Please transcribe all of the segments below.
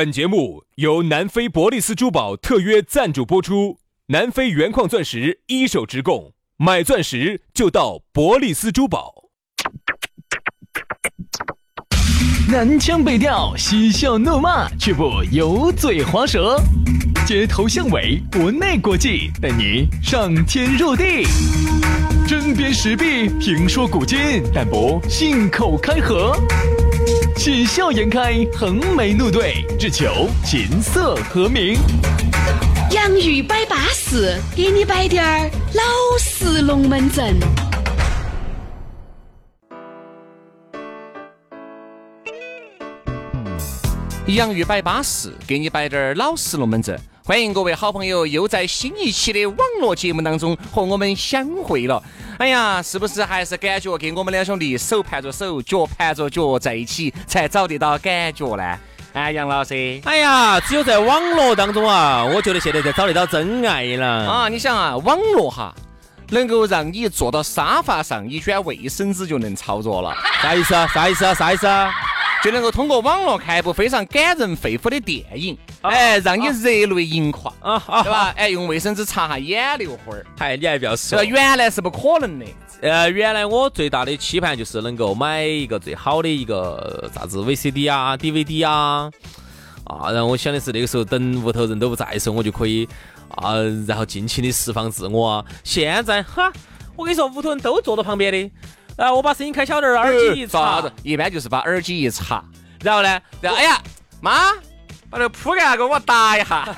本节目由南非伯利斯珠宝特约赞助播出，南非原矿钻石一手直供，买钻石就到伯利斯珠宝。 南腔北调，嬉笑怒骂，却不油嘴滑舌，街头巷尾，国内国际，带你上天入地。针砭时弊，评说古今，但不信口开河。喜笑颜开，横眉怒对，只求琴瑟和鸣。 洋芋摆巴士，给你摆点儿老式龙门阵。 洋芋摆巴士，给你摆点儿老实龙门阵。欢迎各位好朋友又在新一期的网络节目当中和我们相会了。哎呀，是不是还是感觉跟我们两兄弟手盘着手，脚盘着脚在一起才找得到感觉呢？哎，杨老师， 哎呀，只有在网络当中啊，我觉得现在才找得到真爱了啊！你想啊，网络哈，能够让你坐到沙发上一卷卫生纸就能操作了。 啥意思啊？啥意思啊？啥意思啊？ 就能够通过网络看一部非常感人肺腑的电影，哎，让你热泪盈眶，对吧？哎，用卫生纸擦下眼泪花儿， 哎，你还不要说， 原来是不可能的。 原来我最大的期盼就是能够买一个最好的一个啥子 VCD 啊、DVD 啊，然后我想的是那个时候等屋头人都不在的时候，我就可以然后尽情的释放自我啊。现在哈，我跟你说，屋头人都坐到旁边的。我把声音开小点，耳机一插， 一般就是把耳机一插，然后呢，哎呀，妈，把这个铺盖给我打一下，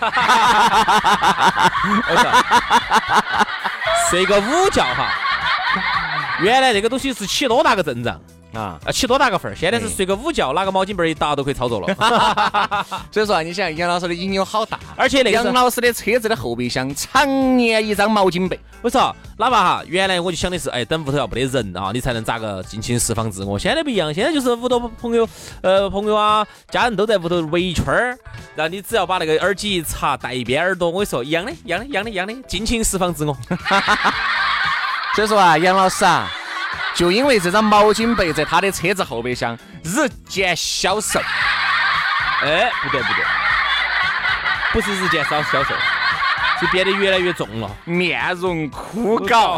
我说睡个午觉哈。原来这个东西是起多大个阵仗啊，起多大个份儿，现在是睡个午觉，拿个毛巾被一打都可以操作了。 所以说你想杨老师的瘾有好大， 而且那个杨老师的车子的后备箱常年一张毛巾被。 我说哪怕哈，原来我就想的是，哎，等屋头要没得人啊，你才能咋个尽情释放自我。现在不一样，现在就是屋头朋友啊，家人都在屋头围一圈儿，然后你只要把那个耳机一插，戴一边耳朵，我跟你说，一样的，尽情释放自我。 所以说啊，杨老师啊，就因为这张毛巾被在他的车子后备箱日渐消瘦。 哎，不对，不是日渐消瘦，是变得越来越重了， 面容枯槁，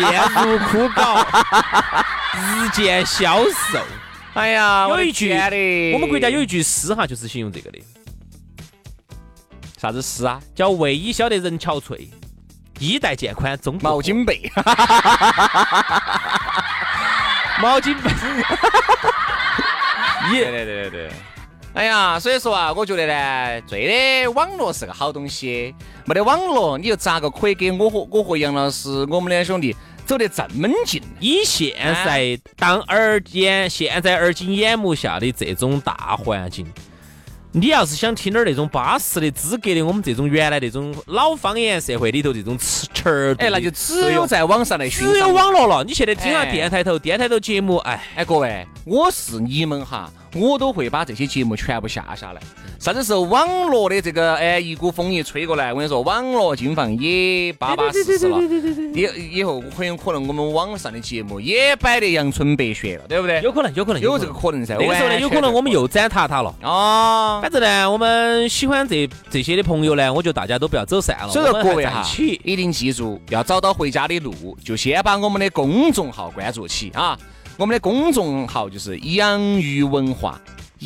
日渐消瘦。 哎呀， 有一句我们国家有一句诗哈，就是形容这个的。 啥子诗啊？ 叫为伊消得人憔悴，衣带渐宽终不毛巾被。 毛巾被。 对。哎呀，所以说啊，我觉得呢，对的，网络是个好东西。没得网络，你又咋个可以给我和杨老师我们两兄弟走得这么近？ 以现在现在耳今眼目下的这种大环境，你要是想听点那种巴适的资格的，我们这种原来那种老方言社会里头这种词儿， 哎，那就只有在网上来寻找， 只有网络了。你现在听下电台头节目，哎， 各位，我是你们哈，我都会把这些节目全部下来。啥子时候网络的这个一股风一吹过来，我跟你说，网络金放也巴巴适适了。以后很有可能我们网上的节目也摆得阳春白雪了，对不对？ 有可能有这个可能噻。 那个时候呢，有可能我们又斩塔了啊。 反正呢，我们喜欢这些的朋友呢，我觉得大家都不要走散了。 所以说各位哈，一定记住，要找到回家的路，就先把我们的公众号关注起啊。我们的公众号就是洋芋文化。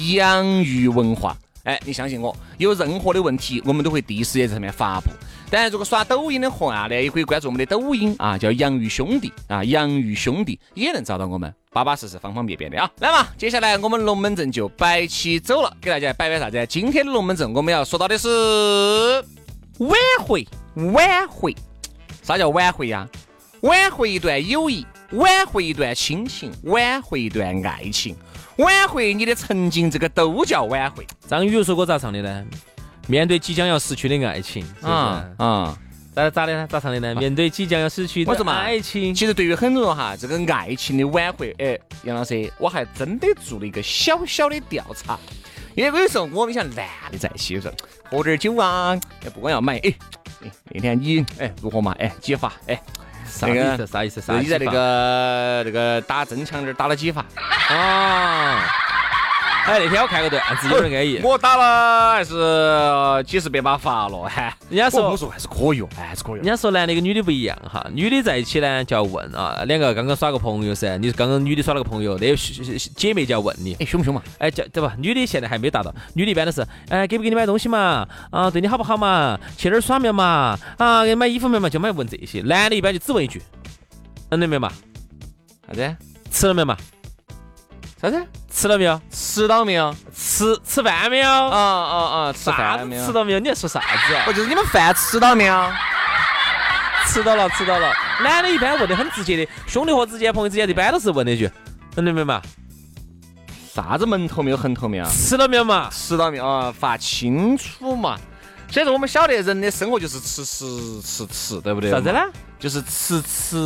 哎，你相信我，有任何的问题，我们都会第一时间在上面发布。当然，如果刷抖音的话呢，也可以关注我们的抖音啊，叫洋芋兄弟啊，洋芋兄弟也能找到我们，巴巴适适、方方便便的啊。来嘛，接下来我们龙门阵就摆起走了，给大家摆啥子？今天的龙门阵我们要说到的是挽回。 啥叫挽回呀？挽回一段友谊，挽回一段亲情，挽回一段爱情。挽回你的曾经，这个都叫挽回。 张宇有首歌咋唱的呢？面对即将要失去的爱情，咋的呢？咋唱的呢？面对即将要失去的爱情。 其实对于很多人哈，这个爱情的挽回，杨老师，我还真的做了一个小小的调查。因为有时候我们想男的在一起的时候，喝点酒啊，不光要买，那天你如何嘛？几发？ 啥意思？ 你在那个打真枪那儿打了几发？ 哎，那天我看个段子，有点安逸。 我打了还是几十遍把罚了， 人家说我说还是可以哦，还是可以。 人家说男的跟女的不一样哈，女的在一起呢就要问啊，两个刚刚耍个朋友噻，你刚刚女的耍了个朋友，那姐妹就要问你， 凶不凶嘛？ 哎，对吧？女的现在还没达到，女的一般都是，哎，给不给你买东西嘛？啊，对你好不好嘛？去哪儿耍没有嘛？啊，给你买衣服没有嘛？就买问这些。男的一般就只问一句，能没有嘛？ 啥子？ 吃了没有嘛？ 啥子？ 吃了没有？ 吃到没有？ 吃饭没有？ 吃饭没有？ 吃到没有？你在说啥子啊？ 我就是你们饭吃到没有？ 吃到了。男的一般问的很直接的，兄弟伙之间、朋友之间一般都是问那句，能没有嘛？ 啥子门头没有横头没有？ 吃了没有嘛？ 吃到没有啊？发清楚嘛。所以说我们晓得人的生活就是吃，对不对？ 啥子呢？ 就是吃。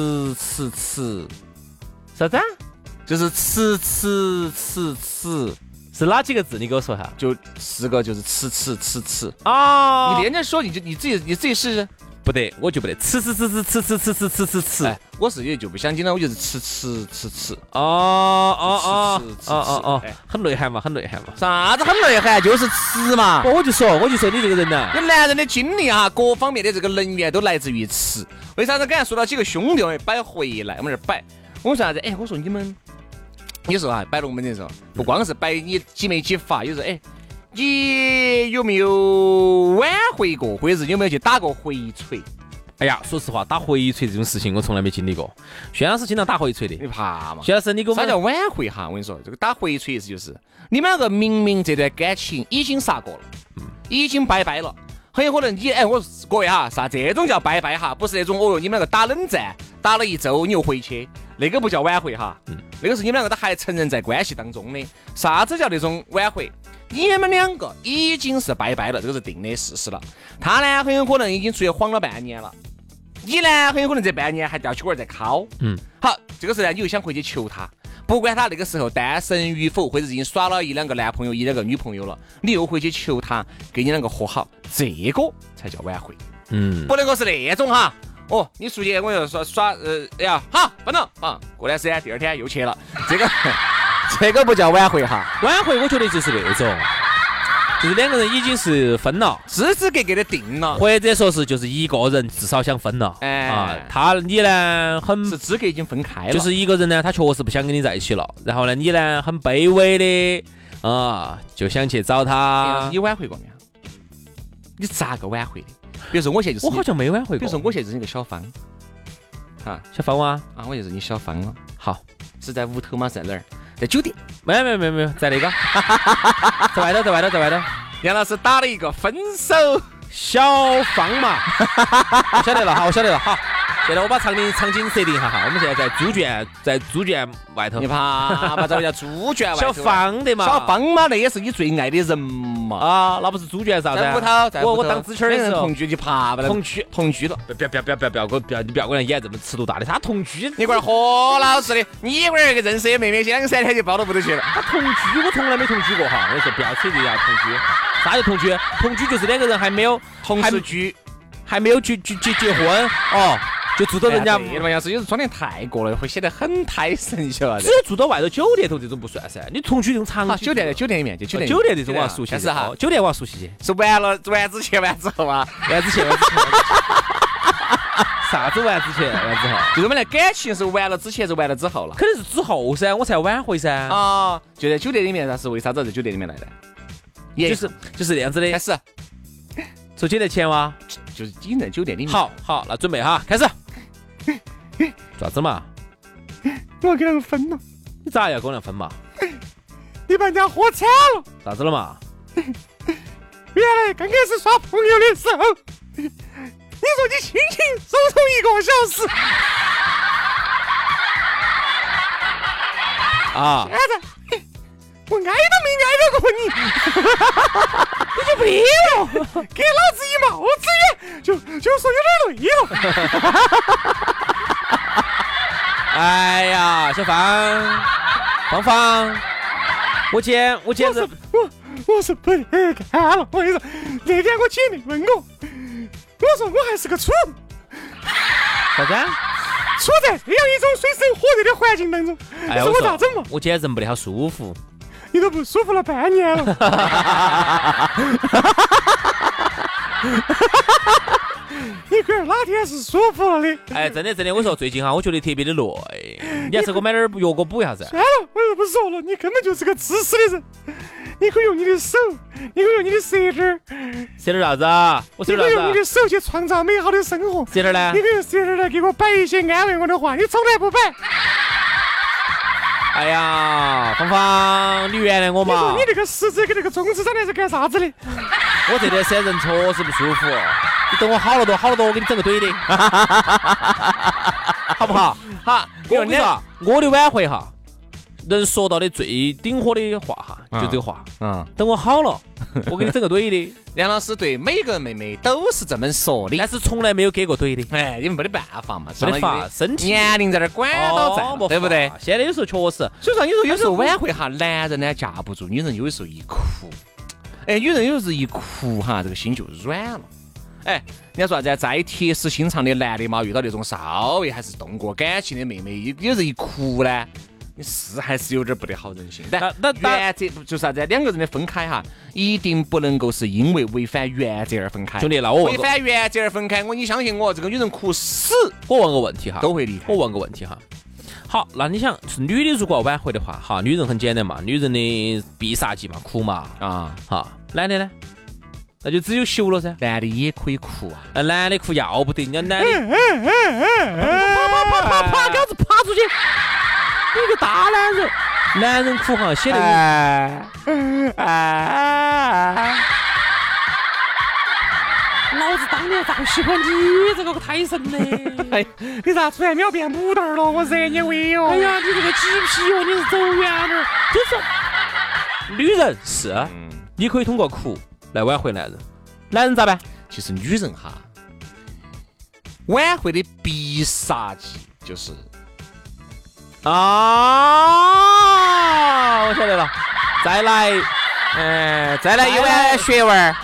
啥子啊？ 就是吃， 是哪几个字？你给我说下。 就4个，就是吃。 啊！ 你连着说，你自己试试。 不得，我就不得吃。 哎，我是也就不想紧了，我就是吃。 哦， 哎很内涵嘛。 啥子很内涵？就是吃嘛。 我就说你这个人呐， 你男人的精力哈，各方面的这个能源都来自于吃。为啥子刚才说到几个兄弟，我们摆回来，我们这摆。我说啥子？哎，我说你们有时候啊，摆龙门阵的时候，不光是摆你几没几发，有时候哎，你有没有挽回过，或者是有没有去打过回锤？ 哎呀，说实话，打回锤这种事情我从来没经历过。轩老师经常打回锤的， 你怕嘛？ 轩老师，你给我们啥叫挽回哈？我跟你说，这个打回锤意思就是你们两个明明这段感情已经杀过了，已经拜拜了。很有可能你我各位哈，啥这种叫拜拜哈，不是那种哦哟，你们两个打冷战打了1周你又回去，那个不叫挽回哈，那个是你们两个都还承认在关系当中的。啥子叫那种挽回？你们两个已经是拜拜了，这个是定的事实了。他呢很有可能已经出去晃了半年了，你呢很有可能这半年还吊起棍在敲。好，这个时候呢你又想回去求他，不管他那个时候单身与否，或者已经耍了1、2个男朋友、1、2个女朋友了，你又回去求他给你两个和好，这个才叫挽回。不能够是那种哈，哦，你出去我就耍好分了啊，过段时间第2天又去了，这个不叫挽回哈。 挽回我觉得就是那种，就是两个人已经是分了， 支支格格的定了， 或者说是就是一个人至少想分了。你呢是资格已经分开了， 就是一个人呢他确实不想跟你在一起了，然后呢你呢很卑微的就想去找他。 你挽回过没有？你咋个挽回的？比如说我现在就是我好像没挽回过。 比如说我现在就是一个小芳， 小芳啊， 我就是你小芳了。 好， 是在屋头吗？在哪儿？在酒店？ 没有，在那个，在外头。 杨老师打了一个分手小芳嘛，我晓得了，好。现在我把场景设定一下哈，我们现在在猪圈外头。 你怕把这个叫猪圈外头？ 小芳的嘛， 小芳嘛，那也是你最爱的人嘛。 那不是猪圈啥子？ 在屋头， 我当支圈的时候同居，你怕不？同居了， 不要，你不要给人演这么尺度大的，他同居。 你管何老师的？你一会儿认识一个妹妹，2、3天就抱到屋头去了。 他同居，我从来没同居过哈。我说不要扯这呀，同居。啥叫同居？同居就是两个人还没有同时居， 还没有结婚哦。就住到人家， 对嘛？要是有时装点太过了，会显得很胎神，晓得？ 只有住到外头酒店头这种不算噻。你同居这种长酒店里面，就酒店这种我要熟悉。 是哈， 酒店我要熟悉。 是完之前完之后啊？ 完之前。啥子完之前？完之后？ 就是我们的感情是完了之前，是完了之后了。 肯定是之后噻，我才挽回噻。 就在酒店里面，他是为啥子在酒店里面来的？ 就是这样子的。 开始。 收酒店钱哇？ 就是已经在酒店里面。 好，那准备哈，开始。咋子嘛？ 我跟他们分了。 你咋要跟我俩分嘛？ 你把人家喝惨了。 咋子了嘛？ 原来刚开始耍朋友的时候，你说你轻轻手头1个小时。现在我爱都没爱到过你。你就别了，给老子1毛资源，就说有点累了。 哎呀，小芳，我简直我是不得看了。我跟你说，那天我姐妹问我说我还是个处， 啥子？ 处在这样一种水深火热的环境当中，你说我咋整嘛？ 我简直人不得好舒服。 你都不舒服了半年了。你看哪天是舒服了的？ 哎，真的，我说最近哈，我觉得特别的累，你还是给我买点药给我补一下噻。 算了，我又不说了，你根本就是个自私的人。你可以用你的手，你可以用你的舌头， 舌头啥子啊？我舌头啥子啊你可以用你？的手去创造美好的生活。 舌头呢你？可以用舌头来给我摆一些安慰我的话，你从来不摆。 哎呀，芳芳，你原谅我嘛你说你！那个食指跟那个中指长得是干啥子的？ 我这段时间人确实不舒服，你等我好了多，我给你整个怼的，好不好？ 好， 我跟你说，我的挽回哈，能说到的最顶火的话哈，就这个话。等我好了，我给你整个怼的。 梁老师对每个妹妹都是这么说的， 但是从来没有给过怼的。 哎，因为没得办法嘛， 没得法，身体年龄在那儿管到在，对不对？ 现在有时候确实， 所以说，你说有时候挽回哈，男人呢架不住，女人有时候一哭，哎，女人有时候一哭哈，这个心就软了。哎，人家说啥子？再铁石心肠的男的嘛，遇到那种稍微还是动过感情的妹妹，有时候一哭呢，你是还是有点不得好人心。但原则就是啥子？两个人的分开哈，一定不能够是因为违反原则而分开。 兄弟，那我问违反原则而分开，你相信我，这个女人哭死， 我问个问题哈， 都会离开。 我问个问题哈。好，那你想是女的如果要挽回的话，哈，女人很简单嘛，女人的必杀技嘛，哭嘛，哈，男的呢？那就只有休了噻。 男的也可以哭啊， 男的哭要不得，人家男的啪，给我爬出去！ 你个大男人，男人哭哈显得老子当年咋喜欢你这个胎神呢？哎，你咋突然秒变母蛋了？我惹你为哦！哎呀，你这个鸡皮哦，你是走远点， 就是女人是，你可以通过哭来挽回男人，男人咋办？ 其实女人哈，挽回的必杀技就是我晓得了，再来一碗血味儿，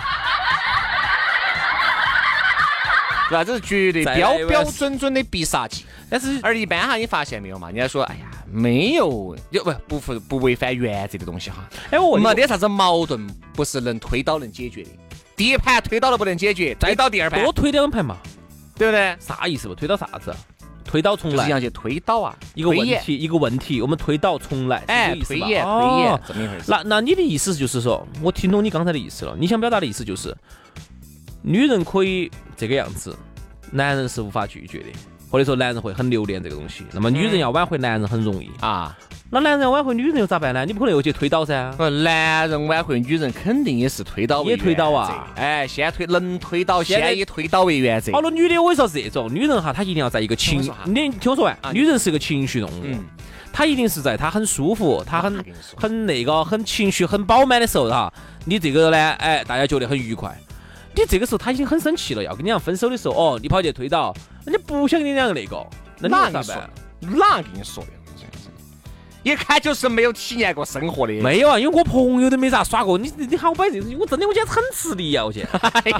对吧？这是绝对标准的必杀技。 但是而一般哈，你发现没有嘛？人家说，哎呀，没有不违反原则的东西哈。 哎，我没得啥子矛盾不是能推倒能解决的。第一盘推倒了不能解决，推倒第二盘多推两盘嘛， 对不对？ 啥意思不？推倒啥子？推倒重来， 就是要去推倒啊！ 一个问题，我们推倒重来， 哎，推演，这么一回事。 那你的意思就是说，我听懂你刚才的意思了。你想表达的意思就是，女人可以这个样子，男人是无法拒绝的，或者说男人会很留恋这个东西。那么女人要挽回男人很容易啊。那男人要挽回女人又咋办呢？你不可能又去推倒噻。 男人挽回女人肯定也是推倒为原则， 也推倒啊！ 哎，先能推倒，先以推倒为原则。 好多女的我跟你说是这种女人哈，她一定要在一个你听我说完，女人是个情绪动物，她一定是在她很舒服，她很情绪很饱满的时候哈，你这个呢，哎，大家觉得很愉快。你这个时候她已经很生气了，要跟你俩分手的时候，哦，你跑去推倒，人家不想跟你两个那个，那你咋办？ 哪跟你说的？一看就是没有体验过生活的。 没有啊，因为我朋友都没咋耍过。你喊我摆这个，我真的我觉得很吃力啊！我觉得。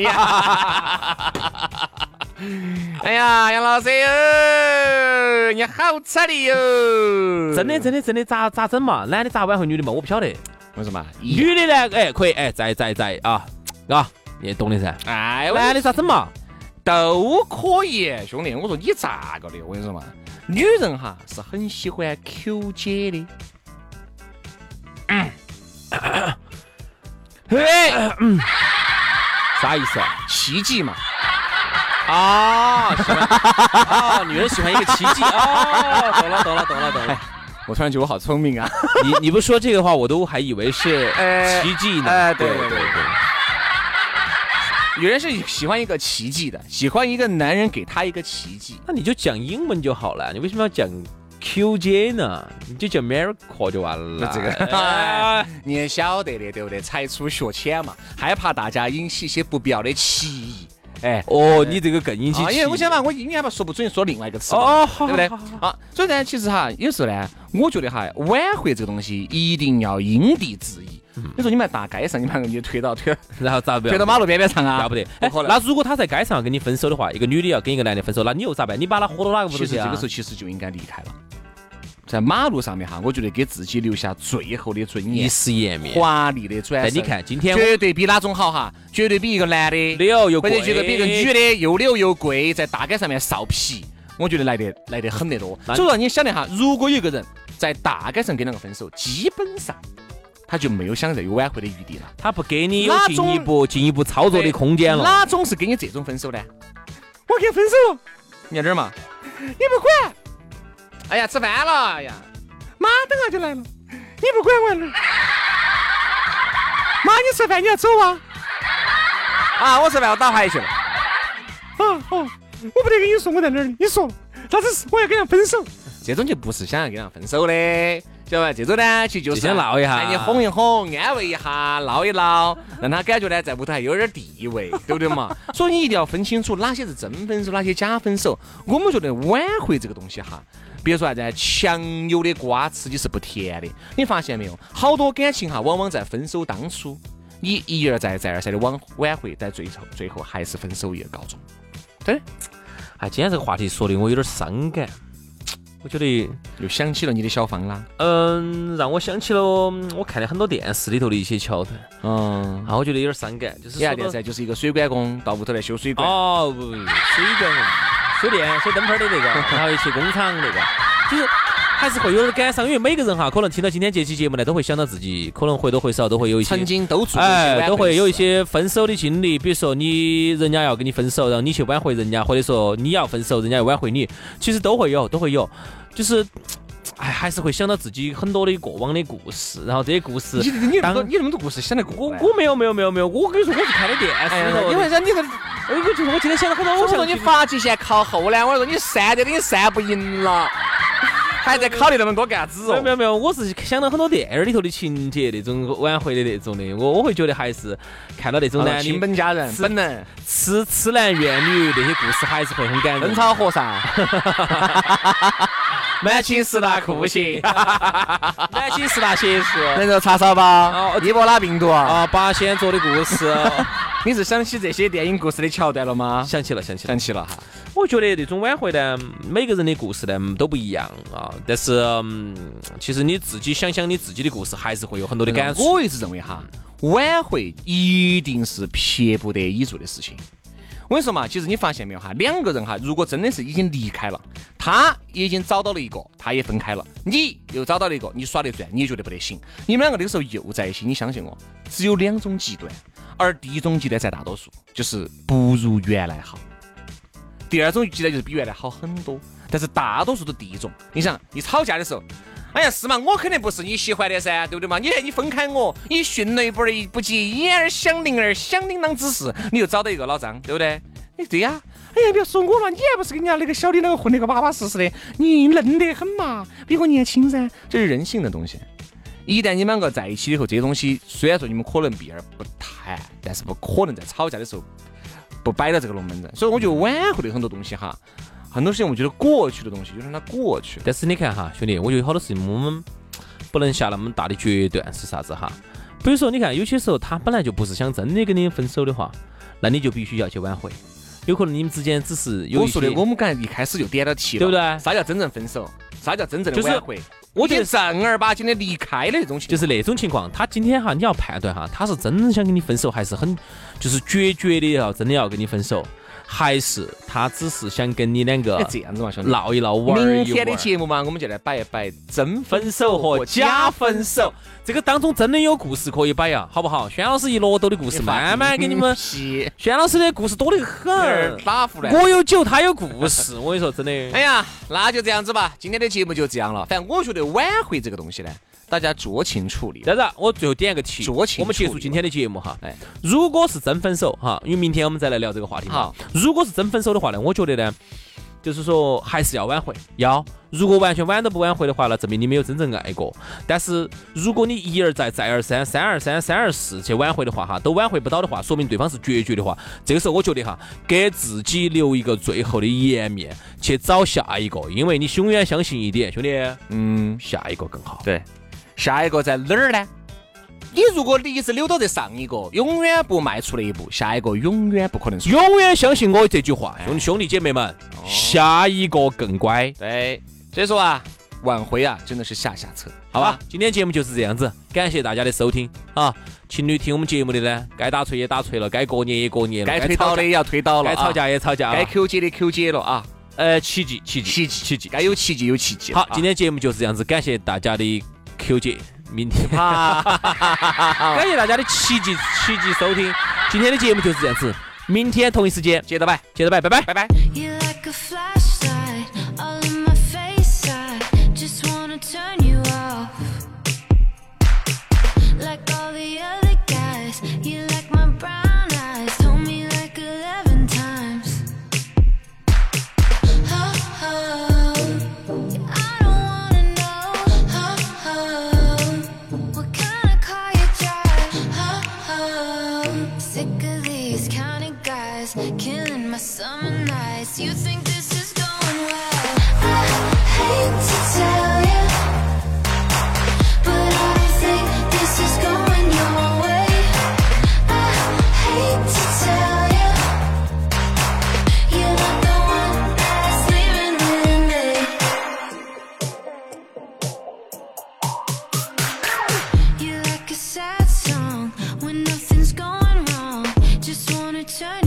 哎呀，杨老师哟，你好吃力哟！ 真的，咋整嘛？男的咋挽回女的嘛？我不晓得。 为什么？ 女的呢？哎，可以，哎，在啊，你懂的噻。 哎， 男的咋整嘛？ 都可以，兄弟。我说你咋个的？我跟你说嘛。女人哈是很喜欢 Q 姐的， 啥意思啊？ 奇迹嘛？ 女人喜欢一个奇迹啊！懂了。 我突然觉得我好聪明啊！ 你不说这个话，我都还以为是奇迹呢。 对。女人是喜欢一个奇迹的，喜欢一个男人给她一个奇迹。 那你就讲英文就好了，你为什么要讲 QJ 呢？你就讲 miracle 就完了。 这个你也晓得的，对不对？才疏学浅嘛，害怕大家引起一些不必要的歧义。哎， 你这个更引起歧义。 因为我想嘛，我应该把说不准说另外一个词，对不对？所以呢，其实哈，有时候呢，我觉得哈，挽回这个东西一定要因地制宜。你说你们大街上，你们你推到， 然后咋不推到马路边边上啊？ 要不得。那如果他在街上要跟你分手的话，一个女的要跟一个男的分手，那你又咋办？你把他豁到哪个屋头去啊？ 其实这个时候其实就应该离开了。 在马路上面哈，我觉得给自己留下最后的尊严， 一时颜面， 华丽的转身。 但你看今天绝对比哪种好哈，绝对比一个男的溜又贵， 或者觉得比一个女的又溜又贵，在大街上面扫皮，我觉得来得很得多。所以说你想的哈，如果有一个人在大街上跟两个分手，基本上他就没有想再有挽回的余地了， 他不给你有进一步操作的空间了。 哪种是跟你这种分手呢？我跟你分手了，你在这儿嘛？你不管。哎呀，吃饭了，哎呀，妈等下就来了，你不管我了。妈，你吃饭你要走啊？啊，我吃饭我打牌去了。我不得跟你说我在哪儿，你说啥子我要跟人分手，这种就不是想要跟人分手的。晓得吧？这种呢，其实就是想闹一下， 你哄一哄，安慰一下，闹一闹，让他感觉呢，在屋头还有点地位，对不对嘛？所以你一定要分清楚哪些是真分手，哪些假分手。我们觉得挽回这个东西哈，比如说啥子，强有的瓜吃起是不甜的。你发现没有？好多感情哈，往往在分手当初，你一而再，再而三的挽回，在最后还是分手一告终。对， 今天这个话题说的我有点伤感。我觉得又想起了你的小芳啦， 让我想起了我看了很多电视里头的一些桥段，我觉得有点伤感，就是电视就是一个水管工到屋头来修水管， 水管修电修灯泡的那个，然后一些工厂那个，就是还是会有点感伤，因为每个人哈，可能听到今天这期节目呢，都会想到自己可能或多或少都会有一些曾经都做过都会有一些分手的经历，比如说人家要跟你分手，然后你去挽回人家，或者说你要分手，人家要挽回你，其实都会有，就是还是会想到自己很多的过往的故事，然后这些故事， 你那么多故事想得过来？ 我没有，我跟你说，我是看的电视里头， 因为你我今天想到很多， 我说你发际线靠后呢，我说你散的你散不赢了。还在考虑那么多干啥子哦？ 没有，我是想到很多电影里头的情节，那种挽回的那种的，我会觉得还是看到那种男的亲本家人本能痴男怨女那些故事，还是会很感人。 灯草和尚，满清十大酷刑， 满清十大邪术， 人肉叉烧包，伊波拉病毒八仙做的故事。 你是想起这些电影故事的桥段了吗？ 想起了哈。 我觉得那种挽回呢，每个人的故事呢都不一样啊。但是其实你自己想想你自己的故事，还是会有很多的感触。 我一直认为哈，挽回一定是撇不得已做的事情。我跟你说嘛，其实你发现没有哈，两个人哈，如果真的是已经离开了，他已经找到了一个，他也分开了，你又找到了一个，你耍得转，你也觉得不得行，你们两个那个时候又在一起，你相信我，只有两种极端，而第一种极端在大多数就是不如原来好，第二种极端就是比原来好很多，但是大多数的第一种，你想你吵架的时候，哎呀是嘛，我肯定不是你喜欢的噻，对不对嘛？你分开我，你迅雷不及掩耳响铃儿响铃铛之势，你又找到一个老张，对不对？哎对呀，哎呀不要说我了，你还不是跟人家那个小的那个混那个巴巴适适的，你嫩得很嘛，比我年轻噻，这是人性的东西。一旦你们两个在一起以后，这些东西虽然说你们可能避而不谈，但是不可能在吵架的时候不摆到这个龙门阵。所以我觉得挽回的很多东西哈，很多事情我觉得过去的东西就让它过去。 但是你看哈，兄弟，我觉得有好多事情我们不能下那么大的决断是啥子哈？比如说你看，有些时候他本来就不是想真的跟你分手的话，那你就必须要去挽回。有可能你们之间只是有一些， 我说的我们刚才一开始就点到题了， 对不对？ 啥叫真正分手？啥叫真正的挽回？ 我觉得正儿八经的离开的那种情况， 就是那种情况。他今天哈，你要判断哈，他是真想跟你分手，还是很就是决绝的真的要跟你分手，还是他只是想跟你两个这样子嘛，兄弟， 闹一闹玩一玩。 明天的节目嘛，我们就来摆一摆真分手和假分手。这个当中真的有故事可以摆呀，好不好？轩老师一摞兜的故事，慢慢给你们。轩老师的故事多得很， 打胡来。 我有酒，他有故事。我跟你说，真的。 哎呀，那就这样子吧，今天的节目就这样了。反正我觉得挽回这个东西呢，大家酌情处理。 但是，我最后点一个题， 酌情。 我们结束今天的节目哈。 哎， 如果是真分手哈，因为明天我们再来聊这个话题。 好， 如果是真分手的话呢，我觉得呢，就是说还是要挽回，如果完全挽都不挽回的话呢，证明你没有真正爱过。但是如果你一而再再而三三而三三而四去挽回的话哈，都挽回不到的话，说明对方是决绝的话，这个时候我觉得哈，给自己留一个最后的颜面，去找下一个，因为你永远相信一点，兄弟，下一个更好。 对，下一个在哪儿呢？你如果你一直留到这上一个，永远不迈出那一步，下一个永远不可能。 永远相信我这句话，兄弟姐妹们，下一个更乖。 对，所以说啊， 挽回啊，真的是下策， 好吧？今天节目就是这样子，感谢大家的收听啊！情侣听我们节目的呢，该打锤也打锤了，该过年也过年了， 该推倒的也要推倒了， 该吵架也吵架了， 该扣解的扣解了啊！ 奇迹， 该有奇迹有奇迹。 好，今天节目就是这样子，感谢大家的扣解，明天感谢大家的奇迹收听，今天的节目就是这样子，明天同一时间接着拜，拜拜，拜拜。 Turn you off like all the other guys. You like my brown eyes, told me like 11 times. Oh, oh, I don't wanna know. Oh, oh, what kind of car you drive? Oh, oh, sick of these county guys killing my summer nights. You think this is going well? I hate to tell you. Turn